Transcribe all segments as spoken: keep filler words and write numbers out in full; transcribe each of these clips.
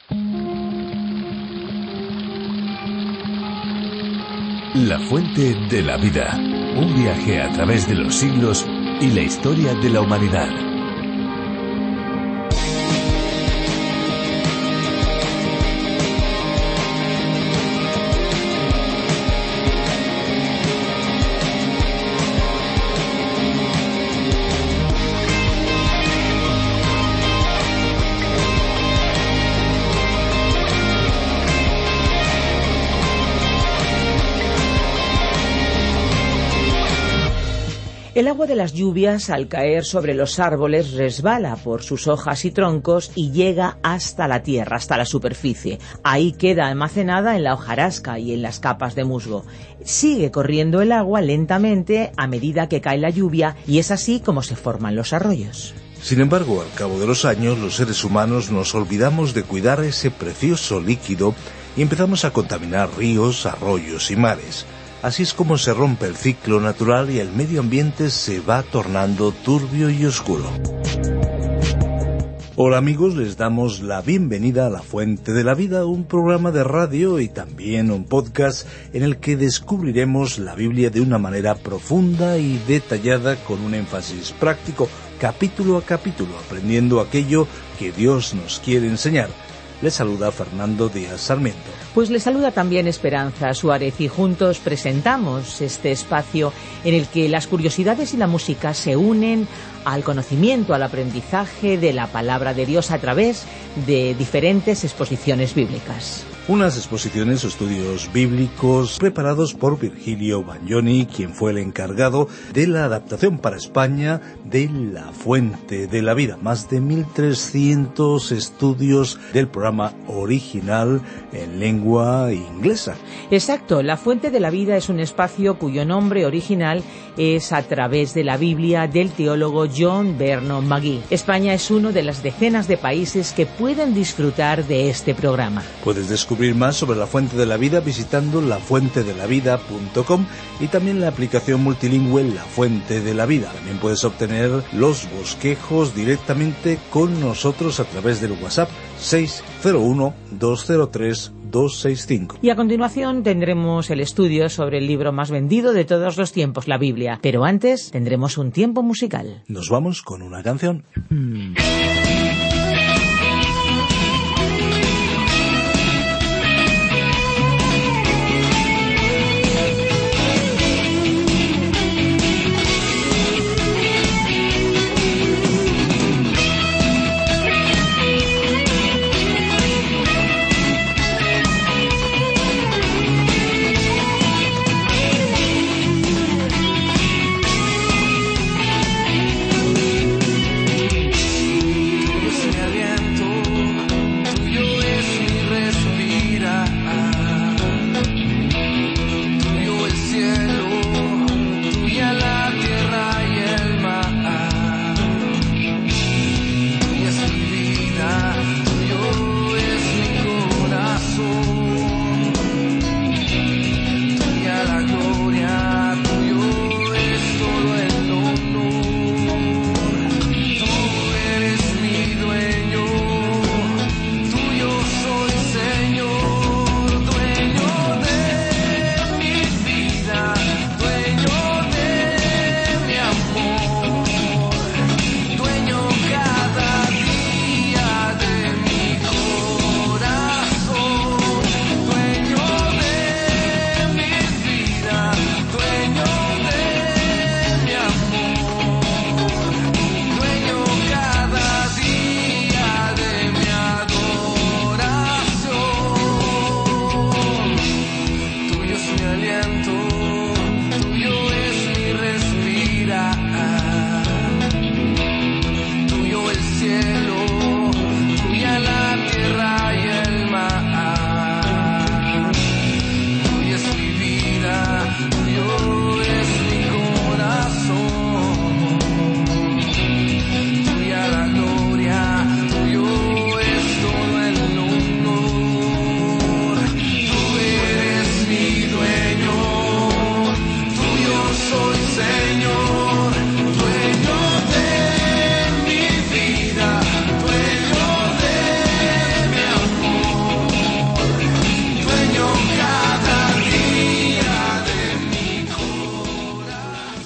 La fuente de la vida, un viaje a través de los siglos y la historia de la humanidad. El agua de las lluvias, al caer sobre los árboles, resbala por sus hojas y troncos y llega hasta la tierra, hasta la superficie. Ahí queda almacenada en la hojarasca y en las capas de musgo. Sigue corriendo el agua lentamente a medida que cae la lluvia y es así como se forman los arroyos. Sin embargo, al cabo de los años, los seres humanos nos olvidamos de cuidar ese precioso líquido y empezamos a contaminar ríos, arroyos y mares. Así es como se rompe el ciclo natural y el medio ambiente se va tornando turbio y oscuro. Hola amigos, les damos la bienvenida a La Fuente de la Vida, un programa de radio y también un podcast en el que descubriremos la Biblia de una manera profunda y detallada con un énfasis práctico, capítulo a capítulo, aprendiendo aquello que Dios nos quiere enseñar. Les saluda Fernando Díaz Sarmiento. Pues les saluda también Esperanza Suárez y juntos presentamos este espacio en el que las curiosidades y la música se unen al conocimiento, al aprendizaje de la palabra de Dios a través de diferentes exposiciones bíblicas. Unas exposiciones o estudios bíblicos preparados por Virgilio Bagnoni, quien fue el encargado de la adaptación para España de La Fuente de la Vida. Más de mil trescientos estudios del programa original en lengua inglesa. Exacto, La Fuente de la Vida es un espacio cuyo nombre original es a través de la Biblia del teólogo John Vernon McGee. España es uno de las decenas de países que pueden disfrutar de este programa. Puedes descubrir más sobre La Fuente de la Vida visitando la fuente de la vida punto com y también la aplicación multilingüe La Fuente de la Vida. También puedes obtener los bosquejos directamente con nosotros a través del WhatsApp seis cero uno, dos cero tres, dos seis cinco. Y a continuación tendremos el estudio sobre el libro más vendido de todos los tiempos, la Biblia. Pero antes tendremos un tiempo musical. Nos vamos con una canción. Mm.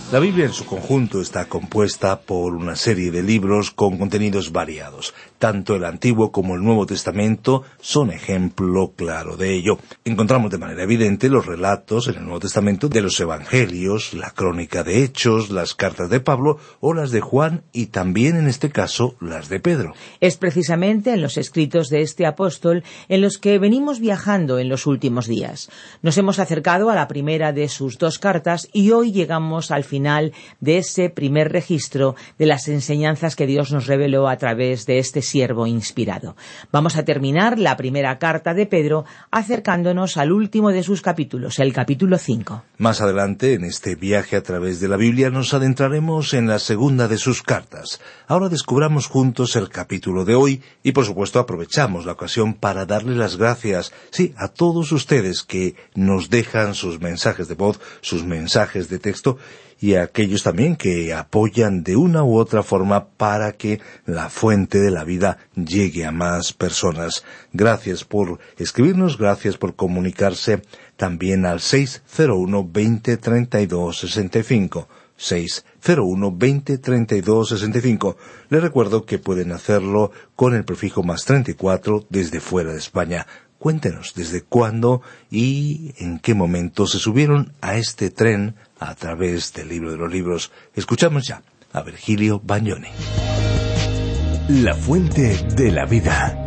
La Biblia en su conjunto está compuesta por una serie de libros con contenidos variados. Tanto el Antiguo como el Nuevo Testamento son ejemplo claro de ello. Encontramos de manera evidente los relatos en el Nuevo Testamento de los Evangelios, la crónica de Hechos, las cartas de Pablo o las de Juan y también en este caso las de Pedro. Es precisamente en los escritos de este apóstol en los que venimos viajando en los últimos días. Nos hemos acercado a la primera de sus dos cartas y hoy llegamos al final final de ese primer registro de las enseñanzas que Dios nos reveló a través de este siervo inspirado. Vamos a terminar la primera carta de Pedro acercándonos al último de sus capítulos, el capítulo cinco. Más adelante, en este viaje a través de la Biblia, nos adentraremos en la segunda de sus cartas. Ahora descubramos juntos el capítulo de hoy y, por supuesto, aprovechamos la ocasión para darle las gracias, sí, a todos ustedes que nos dejan sus mensajes de voz, sus mensajes de texto, y a aquellos también que apoyan de una u otra forma para que la fuente de la vida llegue a más personas. Gracias por escribirnos, gracias por comunicarse también al seis cero uno, veinte, treinta y dos, sesenta y cinco. seis cero uno, veinte, treinta y dos, sesenta y cinco. Les recuerdo que pueden hacerlo con el prefijo más treinta y cuatro desde fuera de España. Cuéntenos desde cuándo y en qué momento se subieron a este tren a través del Libro de los Libros. Escuchamos ya a Virgilio Bagnoni. La fuente de la vida.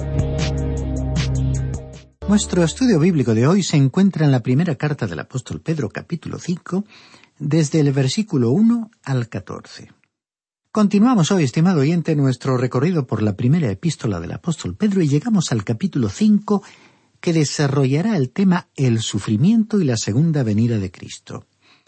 Nuestro estudio bíblico de hoy se encuentra en la primera carta del apóstol Pedro, capítulo cinco, desde el versículo uno al catorce. Continuamos hoy, estimado oyente, nuestro recorrido por la primera epístola del apóstol Pedro y llegamos al capítulo cinco, que desarrollará el tema el sufrimiento y la segunda venida de Cristo.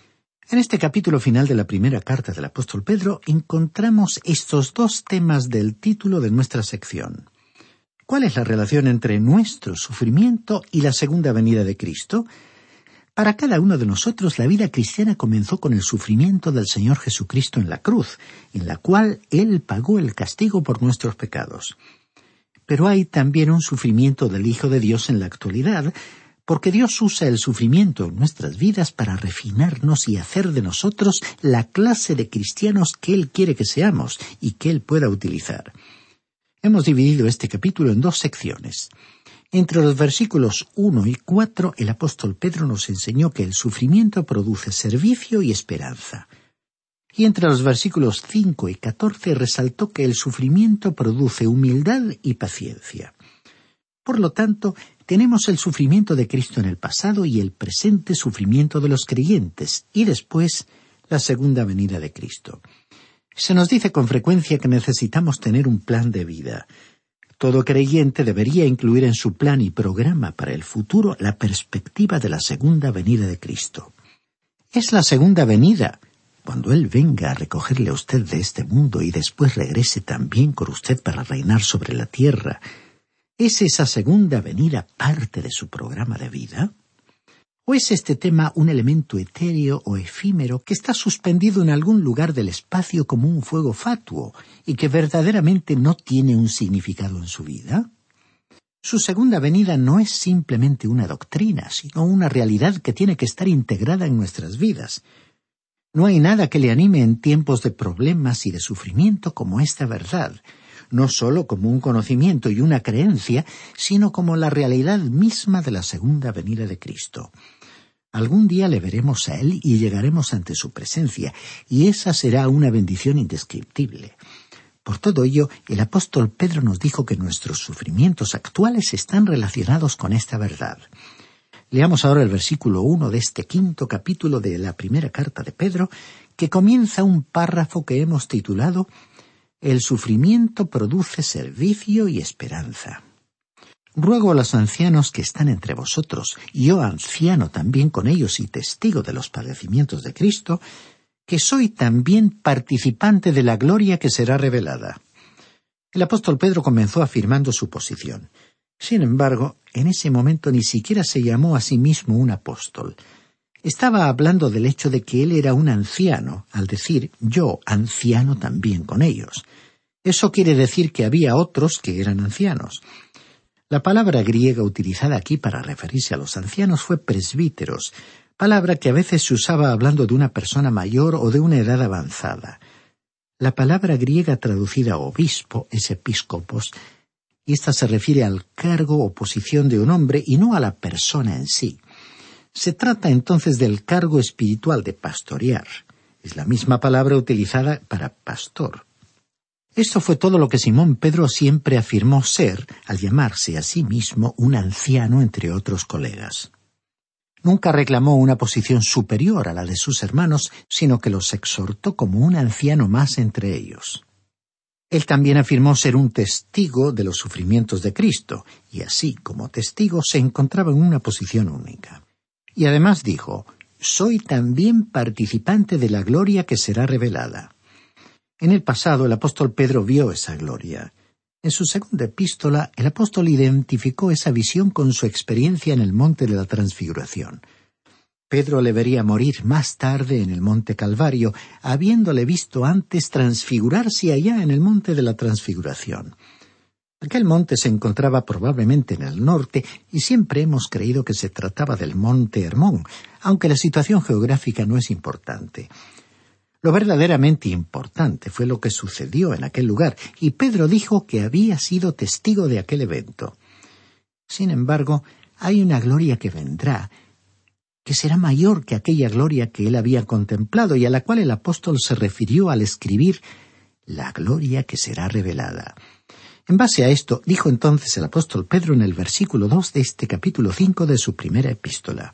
En este capítulo final de la primera carta del apóstol Pedro encontramos estos dos temas del título de nuestra sección. ¿Cuál es la relación entre nuestro sufrimiento y la segunda venida de Cristo? Para cada uno de nosotros, la vida cristiana comenzó con el sufrimiento del Señor Jesucristo en la cruz, en la cual Él pagó el castigo por nuestros pecados. Pero hay también un sufrimiento del Hijo de Dios en la actualidad, porque Dios usa el sufrimiento en nuestras vidas para refinarnos y hacer de nosotros la clase de cristianos que Él quiere que seamos y que Él pueda utilizar. Hemos dividido este capítulo en dos secciones. Entre los versículos uno y cuatro, el apóstol Pedro nos enseñó que el sufrimiento produce servicio y esperanza. Y entre los versículos cinco y catorce resaltó que el sufrimiento produce humildad y paciencia. Por lo tanto, tenemos el sufrimiento de Cristo en el pasado y el presente sufrimiento de los creyentes, y después la segunda venida de Cristo. Se nos dice con frecuencia que necesitamos tener un plan de vida. Todo creyente debería incluir en su plan y programa para el futuro la perspectiva de la segunda venida de Cristo. Es la segunda venida, cuando Él venga a recogerle a usted de este mundo y después regrese también con usted para reinar sobre la tierra. ¿Es esa segunda venida parte de su programa de vida? ¿O es este tema un elemento etéreo o efímero que está suspendido en algún lugar del espacio como un fuego fatuo y que verdaderamente no tiene un significado en su vida? Su segunda venida no es simplemente una doctrina, sino una realidad que tiene que estar integrada en nuestras vidas. No hay nada que le anime en tiempos de problemas y de sufrimiento como esta verdad, no solo como un conocimiento y una creencia, sino como la realidad misma de la segunda venida de Cristo. Algún día le veremos a Él y llegaremos ante su presencia, y esa será una bendición indescriptible. Por todo ello, el apóstol Pedro nos dijo que nuestros sufrimientos actuales están relacionados con esta verdad. Leamos ahora el versículo uno de este quinto capítulo de la primera carta de Pedro, que comienza un párrafo que hemos titulado El sufrimiento produce servicio y esperanza. Ruego a los ancianos que están entre vosotros, y yo anciano también con ellos y testigo de los padecimientos de Cristo, que soy también participante de la gloria que será revelada. El apóstol Pedro comenzó afirmando su posición. Sin embargo, en ese momento ni siquiera se llamó a sí mismo un apóstol. Estaba hablando del hecho de que él era un anciano, al decir yo, anciano también con ellos. Eso quiere decir que había otros que eran ancianos. La palabra griega utilizada aquí para referirse a los ancianos fue presbíteros, palabra que a veces se usaba hablando de una persona mayor o de una edad avanzada. La palabra griega traducida obispo es episcopos, y esta se refiere al cargo o posición de un hombre y no a la persona en sí. Se trata entonces del cargo espiritual de pastorear. Es la misma palabra utilizada para pastor. Esto fue todo lo que Simón Pedro siempre afirmó ser al llamarse a sí mismo un anciano entre otros colegas. Nunca reclamó una posición superior a la de sus hermanos, sino que los exhortó como un anciano más entre ellos. Él también afirmó ser un testigo de los sufrimientos de Cristo, y así, como testigo, se encontraba en una posición única. Y además dijo, «Soy también participante de la gloria que será revelada». En el pasado el apóstol Pedro vio esa gloria. En su segunda epístola, el apóstol identificó esa visión con su experiencia en el monte de la Transfiguración. Pedro le vería morir más tarde en el monte Calvario, habiéndole visto antes transfigurarse allá en el monte de la Transfiguración. Aquel monte se encontraba probablemente en el norte y siempre hemos creído que se trataba del monte Hermón, aunque la situación geográfica no es importante. Lo verdaderamente importante fue lo que sucedió en aquel lugar, y Pedro dijo que había sido testigo de aquel evento. Sin embargo, hay una gloria que vendrá, que será mayor que aquella gloria que él había contemplado y a la cual el apóstol se refirió al escribir la gloria que será revelada. En base a esto, dijo entonces el apóstol Pedro en el versículo dos de este capítulo cinco de su primera epístola: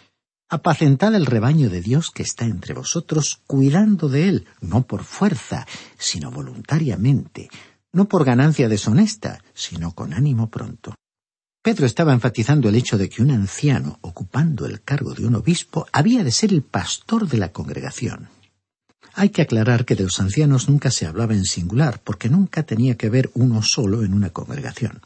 «Apacentad el rebaño de Dios que está entre vosotros, cuidando de él, no por fuerza, sino voluntariamente, no por ganancia deshonesta, sino con ánimo pronto». Pedro estaba enfatizando el hecho de que un anciano, ocupando el cargo de un obispo, había de ser el pastor de la congregación. Hay que aclarar que de los ancianos nunca se hablaba en singular, porque nunca tenía que haber uno solo en una congregación.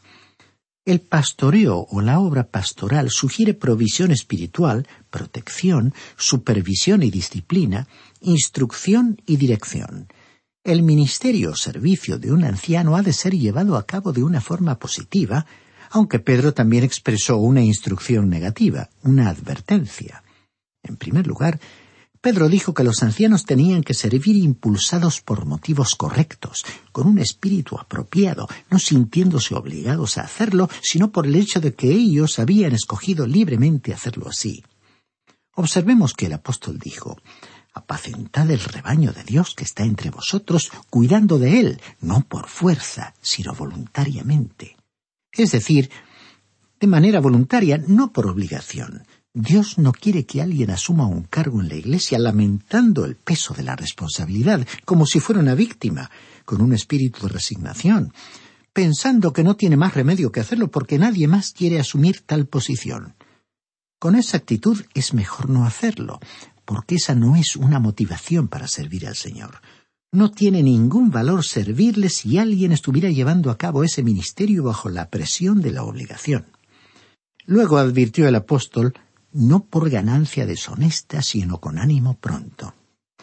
El pastoreo o la obra pastoral sugiere provisión espiritual, protección, supervisión y disciplina, instrucción y dirección. El ministerio o servicio de un anciano ha de ser llevado a cabo de una forma positiva, aunque Pedro también expresó una instrucción negativa, una advertencia. En primer lugar, Pedro dijo que los ancianos tenían que servir impulsados por motivos correctos, con un espíritu apropiado, no sintiéndose obligados a hacerlo, sino por el hecho de que ellos habían escogido libremente hacerlo así. Observemos que el apóstol dijo: «Apacentad el rebaño de Dios que está entre vosotros, cuidando de él, no por fuerza, sino voluntariamente». Es decir, de manera voluntaria, no por obligación. Dios no quiere que alguien asuma un cargo en la Iglesia lamentando el peso de la responsabilidad, como si fuera una víctima, con un espíritu de resignación, pensando que no tiene más remedio que hacerlo porque nadie más quiere asumir tal posición. Con esa actitud es mejor no hacerlo, porque esa no es una motivación para servir al Señor. No tiene ningún valor servirle si alguien estuviera llevando a cabo ese ministerio bajo la presión de la obligación. Luego advirtió el apóstol: «No por ganancia deshonesta, sino con ánimo pronto».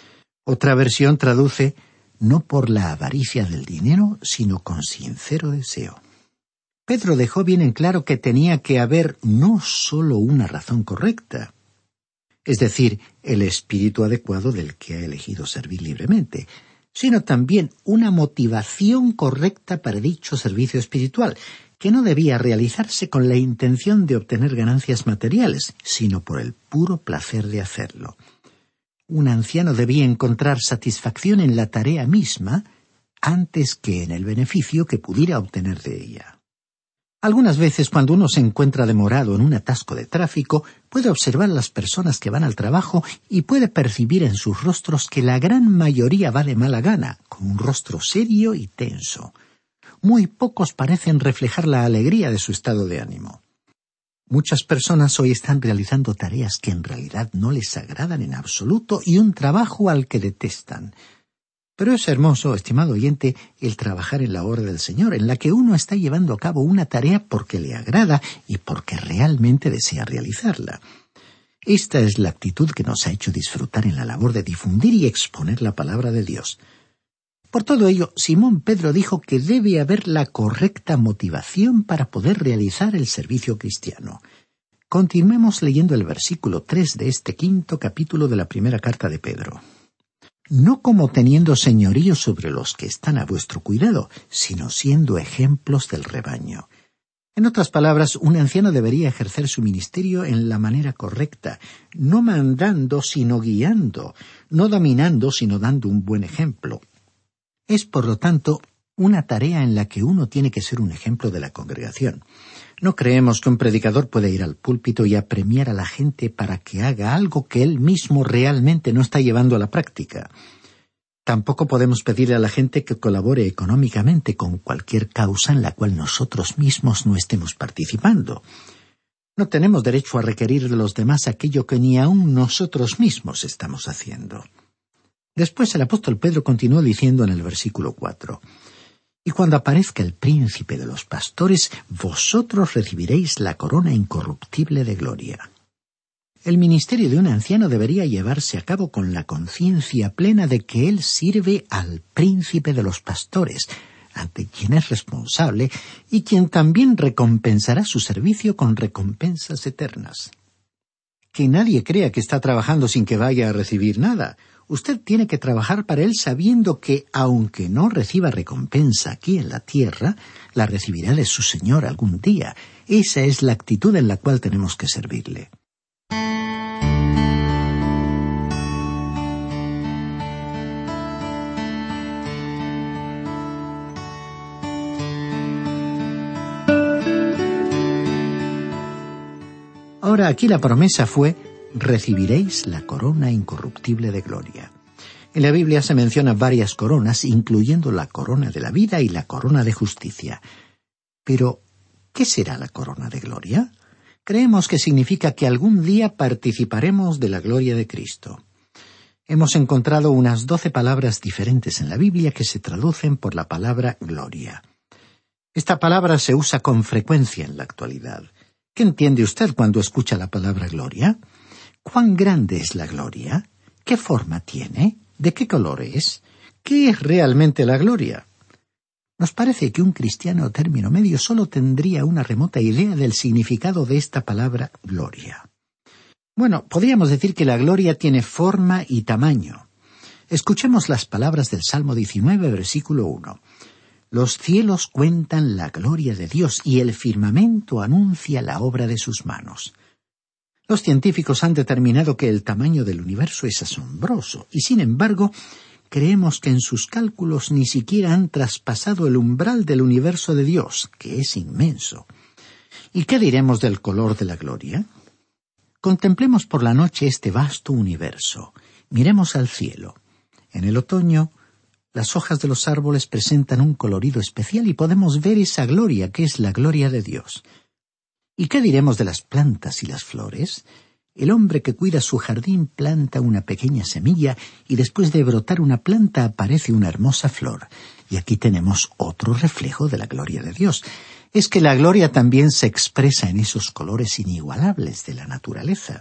Otra versión traduce: «No por la avaricia del dinero, sino con sincero deseo». Pedro dejó bien en claro que tenía que haber no solo una razón correcta, es decir, el espíritu adecuado del que ha elegido servir libremente, sino también una motivación correcta para dicho servicio espiritual, que no debía realizarse con la intención de obtener ganancias materiales, sino por el puro placer de hacerlo. Un anciano debía encontrar satisfacción en la tarea misma antes que en el beneficio que pudiera obtener de ella. Algunas veces, cuando uno se encuentra demorado en un atasco de tráfico, puede observar a las personas que van al trabajo y puede percibir en sus rostros que la gran mayoría va de mala gana, con un rostro serio y tenso. Muy pocos parecen reflejar la alegría de su estado de ánimo. Muchas personas hoy están realizando tareas que en realidad no les agradan en absoluto y un trabajo al que detestan. Pero es hermoso, estimado oyente, el trabajar en la obra del Señor, en la que uno está llevando a cabo una tarea porque le agrada y porque realmente desea realizarla. Esta es la actitud que nos ha hecho disfrutar en la labor de difundir y exponer la palabra de Dios. Por todo ello, Simón Pedro dijo que debe haber la correcta motivación para poder realizar el servicio cristiano. Continuemos leyendo el versículo tres de este quinto capítulo de la primera carta de Pedro. No como teniendo señorío sobre los que están a vuestro cuidado, sino siendo ejemplos del rebaño. En otras palabras, un anciano debería ejercer su ministerio en la manera correcta, no mandando sino guiando, no dominando sino dando un buen ejemplo. Es, por lo tanto, una tarea en la que uno tiene que ser un ejemplo de la congregación. No creemos que un predicador puede ir al púlpito y apremiar a la gente para que haga algo que él mismo realmente no está llevando a la práctica. Tampoco podemos pedirle a la gente que colabore económicamente con cualquier causa en la cual nosotros mismos no estemos participando. No tenemos derecho a requerir de los demás aquello que ni aun nosotros mismos estamos haciendo. Después el apóstol Pedro continuó diciendo en el versículo cuatro: Y cuando aparezca el príncipe de los pastores, vosotros recibiréis la corona incorruptible de gloria. El ministerio de un anciano debería llevarse a cabo con la conciencia plena de que él sirve al príncipe de los pastores, ante quien es responsable y quien también recompensará su servicio con recompensas eternas. Que nadie crea que está trabajando sin que vaya a recibir nada. Usted tiene que trabajar para él sabiendo que, aunque no reciba recompensa aquí en la tierra, la recibirá de su Señor algún día. Esa es la actitud en la cual tenemos que servirle. Ahora aquí la promesa fue: recibiréis la corona incorruptible de gloria. En la Biblia se mencionan varias coronas, incluyendo la corona de la vida y la corona de justicia. Pero, ¿qué será la corona de gloria? Creemos que significa que algún día participaremos de la gloria de Cristo. Hemos encontrado unas doce palabras diferentes en la Biblia que se traducen por la palabra gloria. Esta palabra se usa con frecuencia en la actualidad. ¿Qué entiende usted cuando escucha la palabra gloria? ¿Cuán grande es la gloria? ¿Qué forma tiene? ¿De qué color es? ¿Qué es realmente la gloria? Nos parece que un cristiano término medio solo tendría una remota idea del significado de esta palabra gloria. Bueno, podríamos decir que la gloria tiene forma y tamaño. Escuchemos las palabras del Salmo diecinueve, versículo uno. Los cielos cuentan la gloria de Dios y el firmamento anuncia la obra de sus manos. Los científicos han determinado que el tamaño del universo es asombroso y, sin embargo, creemos que en sus cálculos ni siquiera han traspasado el umbral del universo de Dios, que es inmenso. ¿Y qué diremos del color de la gloria? Contemplemos por la noche este vasto universo. Miremos al cielo. En el otoño, las hojas de los árboles presentan un colorido especial y podemos ver esa gloria que es la gloria de Dios. ¿Y qué diremos de las plantas y las flores? El hombre que cuida su jardín planta una pequeña semilla y después de brotar una planta aparece una hermosa flor. Y aquí tenemos otro reflejo de la gloria de Dios. Es que la gloria también se expresa en esos colores inigualables de la naturaleza.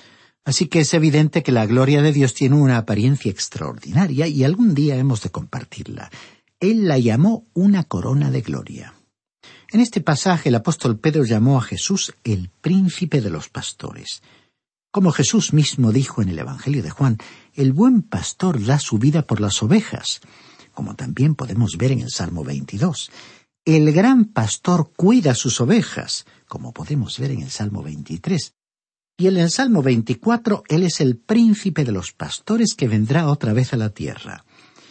Así que es evidente que la gloria de Dios tiene una apariencia extraordinaria y algún día hemos de compartirla. Él la llamó una corona de gloria. En este pasaje el apóstol Pedro llamó a Jesús el príncipe de los pastores. Como Jesús mismo dijo en el Evangelio de Juan, el buen pastor da su vida por las ovejas, como también podemos ver en el Salmo veintidós. El gran pastor cuida sus ovejas, como podemos ver en el Salmo veintitrés. Y en el Salmo veinticuatro, Él es el príncipe de los pastores que vendrá otra vez a la tierra.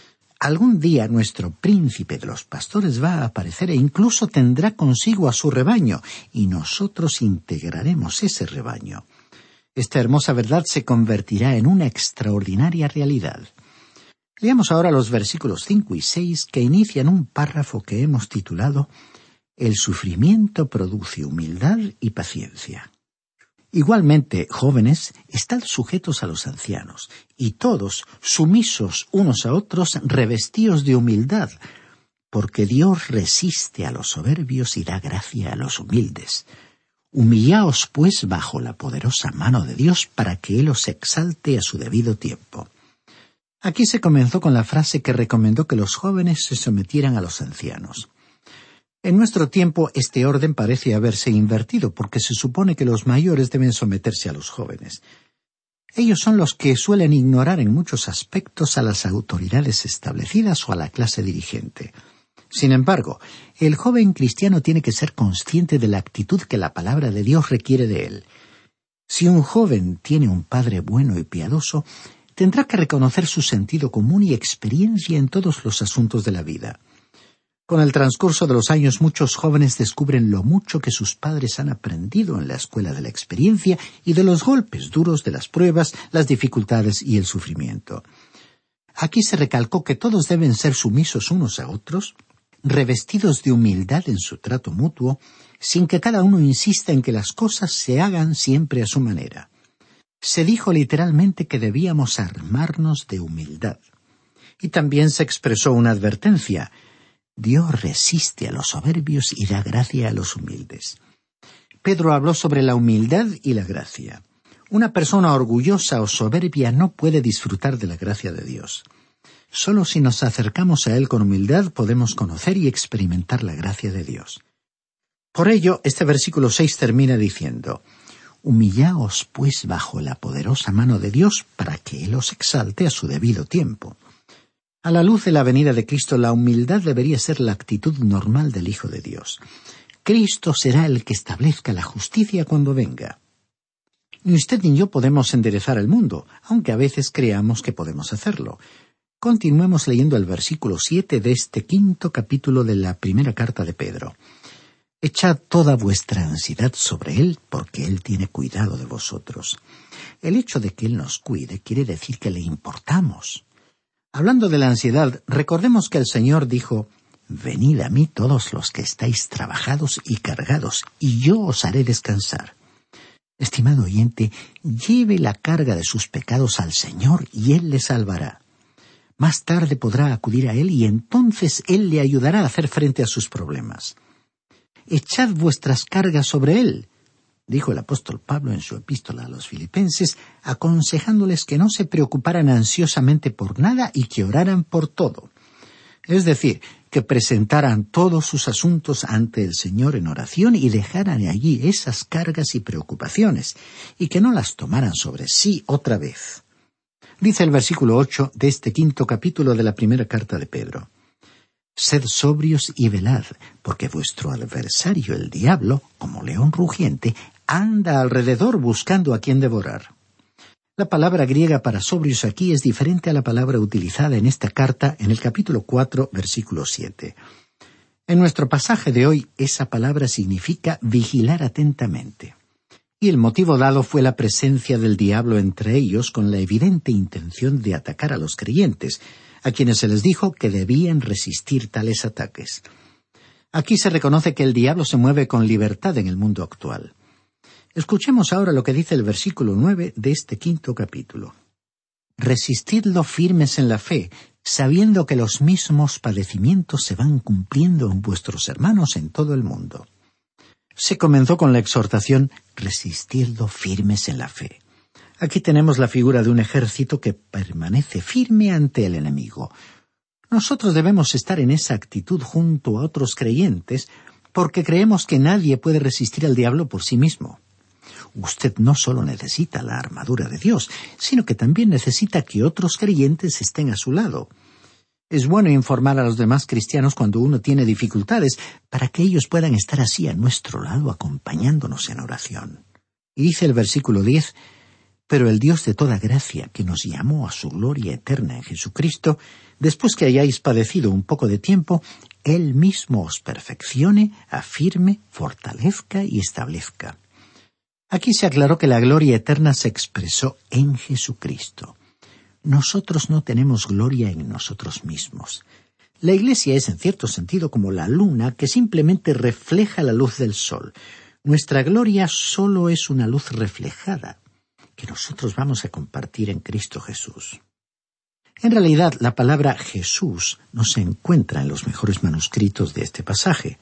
Algún día nuestro príncipe de los pastores va a aparecer e incluso tendrá consigo a su rebaño, y nosotros integraremos ese rebaño. Esta hermosa verdad se convertirá en una extraordinaria realidad. Leamos ahora los versículos cinco y seis que inician un párrafo que hemos titulado El sufrimiento produce humildad y paciencia. Igualmente, jóvenes, estad sujetos a los ancianos, y todos, sumisos unos a otros, revestidos de humildad, porque Dios resiste a los soberbios y da gracia a los humildes. Humillaos, pues, bajo la poderosa mano de Dios, para que Él os exalte a su debido tiempo. Aquí se comenzó con la frase que recomendó que los jóvenes se sometieran a los ancianos. En nuestro tiempo este orden parece haberse invertido porque se supone que los mayores deben someterse a los jóvenes. Ellos son los que suelen ignorar en muchos aspectos a las autoridades establecidas o a la clase dirigente. Sin embargo, el joven cristiano tiene que ser consciente de la actitud que la palabra de Dios requiere de él. Si un joven tiene un padre bueno y piadoso, tendrá que reconocer su sentido común y experiencia en todos los asuntos de la vida. Con el transcurso de los años, muchos jóvenes descubren lo mucho que sus padres han aprendido en la escuela de la experiencia y de los golpes duros de las pruebas, las dificultades y el sufrimiento. Aquí se recalcó que todos deben ser sumisos unos a otros, revestidos de humildad en su trato mutuo, sin que cada uno insista en que las cosas se hagan siempre a su manera. Se dijo literalmente que debíamos armarnos de humildad. Y también se expresó una advertencia: Dios resiste a los soberbios y da gracia a los humildes. Pedro habló sobre la humildad y la gracia. Una persona orgullosa o soberbia no puede disfrutar de la gracia de Dios. Solo si nos acercamos a Él con humildad podemos conocer y experimentar la gracia de Dios. Por ello, este versículo seis termina diciendo: Humillaos pues bajo la poderosa mano de Dios para que Él os exalte a su debido tiempo. A la luz de la venida de Cristo, la humildad debería ser la actitud normal del Hijo de Dios. Cristo será el que establezca la justicia cuando venga. Ni usted ni yo podemos enderezar el mundo, aunque a veces creamos que podemos hacerlo. Continuemos leyendo el versículo siete de este quinto capítulo de la primera carta de Pedro. Echad toda vuestra ansiedad sobre Él, porque Él tiene cuidado de vosotros. El hecho de que Él nos cuide quiere decir que le importamos. Hablando de la ansiedad, recordemos que el Señor dijo: Venid a mí todos los que estáis trabajados y cargados, y yo os haré descansar. Estimado oyente, lleve la carga de sus pecados al Señor y Él le salvará. Más tarde podrá acudir a Él y entonces Él le ayudará a hacer frente a sus problemas. Echad vuestras cargas sobre Él, dijo el apóstol Pablo en su epístola a los Filipenses, aconsejándoles que no se preocuparan ansiosamente por nada y que oraran por todo. Es decir, que presentaran todos sus asuntos ante el Señor en oración y dejaran allí esas cargas y preocupaciones, y que no las tomaran sobre sí otra vez. Dice el versículo ocho de este quinto capítulo de la primera carta de Pedro: Sed sobrios y velad, porque vuestro adversario el diablo, como león rugiente, anda alrededor buscando a quien devorar. La palabra griega para sobrios aquí es diferente a la palabra utilizada en esta carta en el capítulo cuatro, versículo siete. En nuestro pasaje de hoy, esa palabra significa vigilar atentamente. Y el motivo dado fue la presencia del diablo entre ellos con la evidente intención de atacar a los creyentes, a quienes se les dijo que debían resistir tales ataques. Aquí se reconoce que el diablo se mueve con libertad en el mundo actual. Escuchemos ahora lo que dice el versículo nueve de este quinto capítulo. Resistidlo firmes en la fe, sabiendo que los mismos padecimientos se van cumpliendo en vuestros hermanos en todo el mundo. Se comenzó con la exhortación: resistidlo firmes en la fe. Aquí tenemos la figura de un ejército que permanece firme ante el enemigo. Nosotros debemos estar en esa actitud junto a otros creyentes, porque creemos que nadie puede resistir al diablo por sí mismo. Usted no solo necesita la armadura de Dios, sino que también necesita que otros creyentes estén a su lado. Es bueno informar a los demás cristianos cuando uno tiene dificultades, para que ellos puedan estar así a nuestro lado acompañándonos en oración. Y dice el versículo diez: Pero el Dios de toda gracia, que nos llamó a su gloria eterna en Jesucristo, después que hayáis padecido un poco de tiempo, Él mismo os perfeccione, afirme, fortalezca y establezca. Aquí se aclaró que la gloria eterna se expresó en Jesucristo. Nosotros no tenemos gloria en nosotros mismos. La Iglesia es en cierto sentido como la luna que simplemente refleja la luz del sol. Nuestra gloria solo es una luz reflejada, que nosotros vamos a compartir en Cristo Jesús. En realidad, la palabra Jesús no se encuentra en los mejores manuscritos de este pasaje.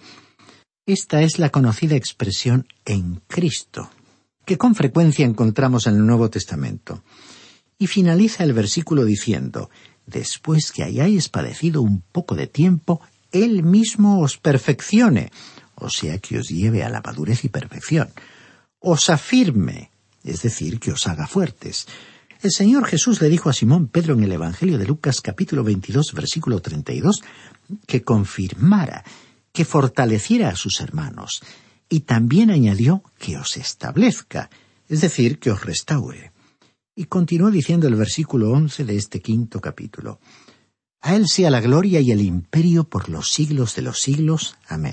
Esta es la conocida expresión en Cristo, que con frecuencia encontramos en el Nuevo Testamento. Y finaliza el versículo diciendo: después que hayáis padecido un poco de tiempo, Él mismo os perfeccione, o sea que os lleve a la madurez y perfección, os afirme, es decir, que os haga fuertes. El Señor Jesús le dijo a Simón Pedro en el Evangelio de Lucas capítulo veintidós, versículo treinta y dos, que confirmara, que fortaleciera a sus hermanos, y también añadió que os establezca, es decir, que os restaure. Y continuó diciendo el versículo once de este quinto capítulo: a Él sea la gloria y el imperio por los siglos de los siglos. Amén.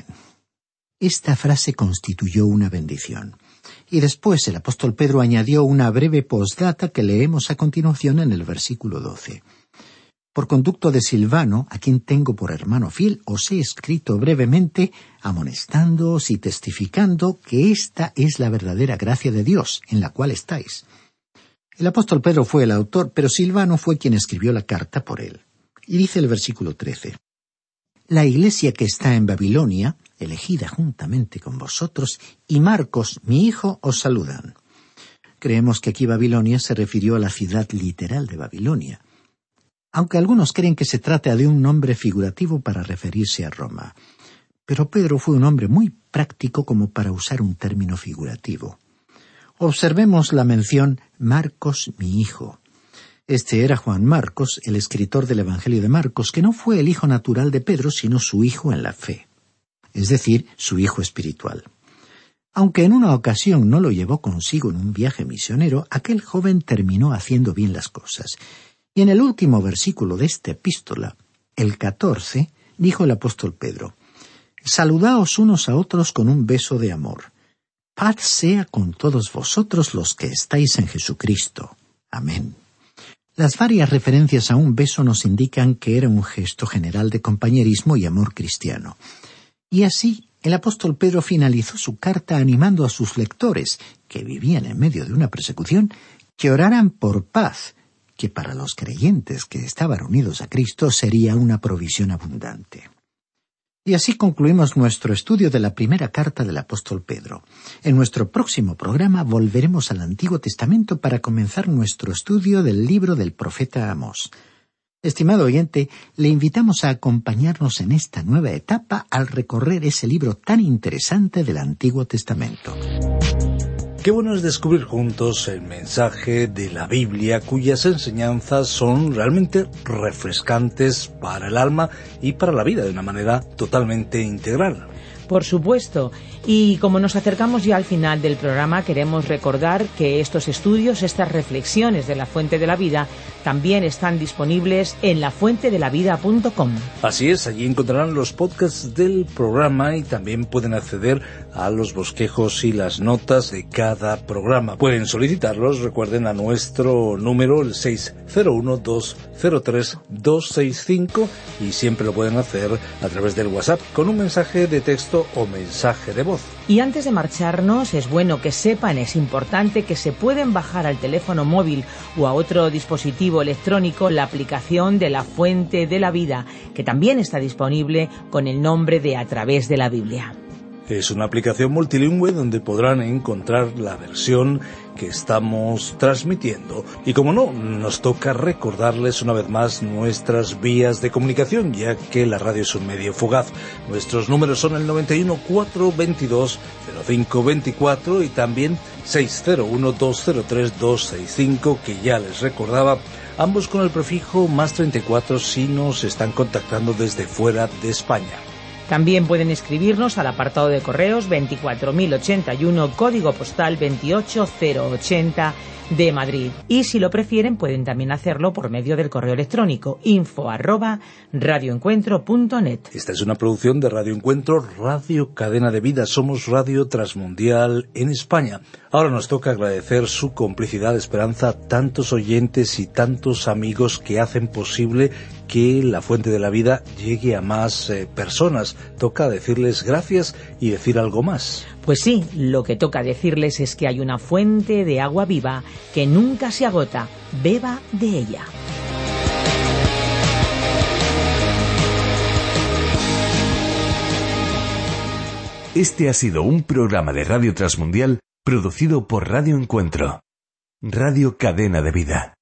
Esta frase constituyó una bendición. Y después el apóstol Pedro añadió una breve postdata que leemos a continuación en el versículo doce. Por conducto de Silvano, a quien tengo por hermano fiel, os he escrito brevemente, amonestándoos y testificando que esta es la verdadera gracia de Dios, en la cual estáis. El apóstol Pedro fue el autor, pero Silvano fue quien escribió la carta por él. Y dice el versículo trece. La iglesia que está en Babilonia, elegida juntamente con vosotros, y Marcos, mi hijo, os saludan. Creemos que aquí Babilonia se refirió a la ciudad literal de Babilonia, aunque algunos creen que se trata de un nombre figurativo para referirse a Roma. Pero Pedro fue un hombre muy práctico como para usar un término figurativo. Observemos la mención Marcos, mi hijo. Este era Juan Marcos, el escritor del Evangelio de Marcos, que no fue el hijo natural de Pedro, sino su hijo en la fe, es decir, su hijo espiritual. Aunque en una ocasión no lo llevó consigo en un viaje misionero, aquel joven terminó haciendo bien las cosas. Y en el último versículo de esta epístola, el catorce, dijo el apóstol Pedro: saludaos unos a otros con un beso de amor. Paz sea con todos vosotros los que estáis en Jesucristo. Amén. Las varias referencias a un beso nos indican que era un gesto general de compañerismo y amor cristiano. Y así, el apóstol Pedro finalizó su carta animando a sus lectores, que vivían en medio de una persecución, que oraran por paz, que para los creyentes que estaban unidos a Cristo sería una provisión abundante. Y así concluimos nuestro estudio de la primera carta del apóstol Pedro. En nuestro próximo programa volveremos al Antiguo Testamento para comenzar nuestro estudio del libro del profeta Amós. Estimado oyente, le invitamos a acompañarnos en esta nueva etapa al recorrer ese libro tan interesante del Antiguo Testamento. Qué bueno es descubrir juntos el mensaje de la Biblia, cuyas enseñanzas son realmente refrescantes para el alma y para la vida de una manera totalmente integral. Por supuesto. Y como nos acercamos ya al final del programa, queremos recordar que estos estudios, estas reflexiones de la Fuente de la Vida, también están disponibles en la fuente de la vida punto com. Así es, allí encontrarán los podcasts del programa y también pueden acceder a los bosquejos y las notas de cada programa. Pueden solicitarlos, recuerden, a nuestro número, el seis cero uno, dos cero tres, dos seis cinco, y siempre lo pueden hacer a través del WhatsApp con un mensaje de texto o mensaje de voz. Y antes de marcharnos, es bueno que sepan, es importante que se pueden bajar al teléfono móvil o a otro dispositivo electrónico la aplicación de la Fuente de la Vida, que también está disponible con el nombre de A Través de la Biblia. Es una aplicación multilingüe donde podrán encontrar la versión que estamos transmitiendo. Y como no, nos toca recordarles una vez más nuestras vías de comunicación, ya que la radio es un medio fugaz. Nuestros números son el noventa y uno, cuatro veintidós, cero cinco veinticuatro y también seis cero uno, dos cero tres, dos seis cinco, que ya les recordaba, ambos con el prefijo más treinta y cuatro si nos están contactando desde fuera de España. También pueden escribirnos al apartado de correos veinticuatro mil ochenta y uno, código postal veintiocho mil ochenta de Madrid. Y si lo prefieren, pueden también hacerlo por medio del correo electrónico info arroba radioencuentro punto net. Esta es una producción de Radio Encuentro, Radio Cadena de Vida. Somos Radio Transmundial en España. Ahora nos toca agradecer su complicidad, Esperanza, tantos oyentes y tantos amigos que hacen posible que la Fuente de la Vida llegue a más eh, personas. Toca decirles gracias y decir algo más. Pues sí, lo que toca decirles es que hay una fuente de agua viva que nunca se agota. Beba de ella. Este ha sido un programa de Radio Transmundial producido por Radio Encuentro, Radio Cadena de Vida.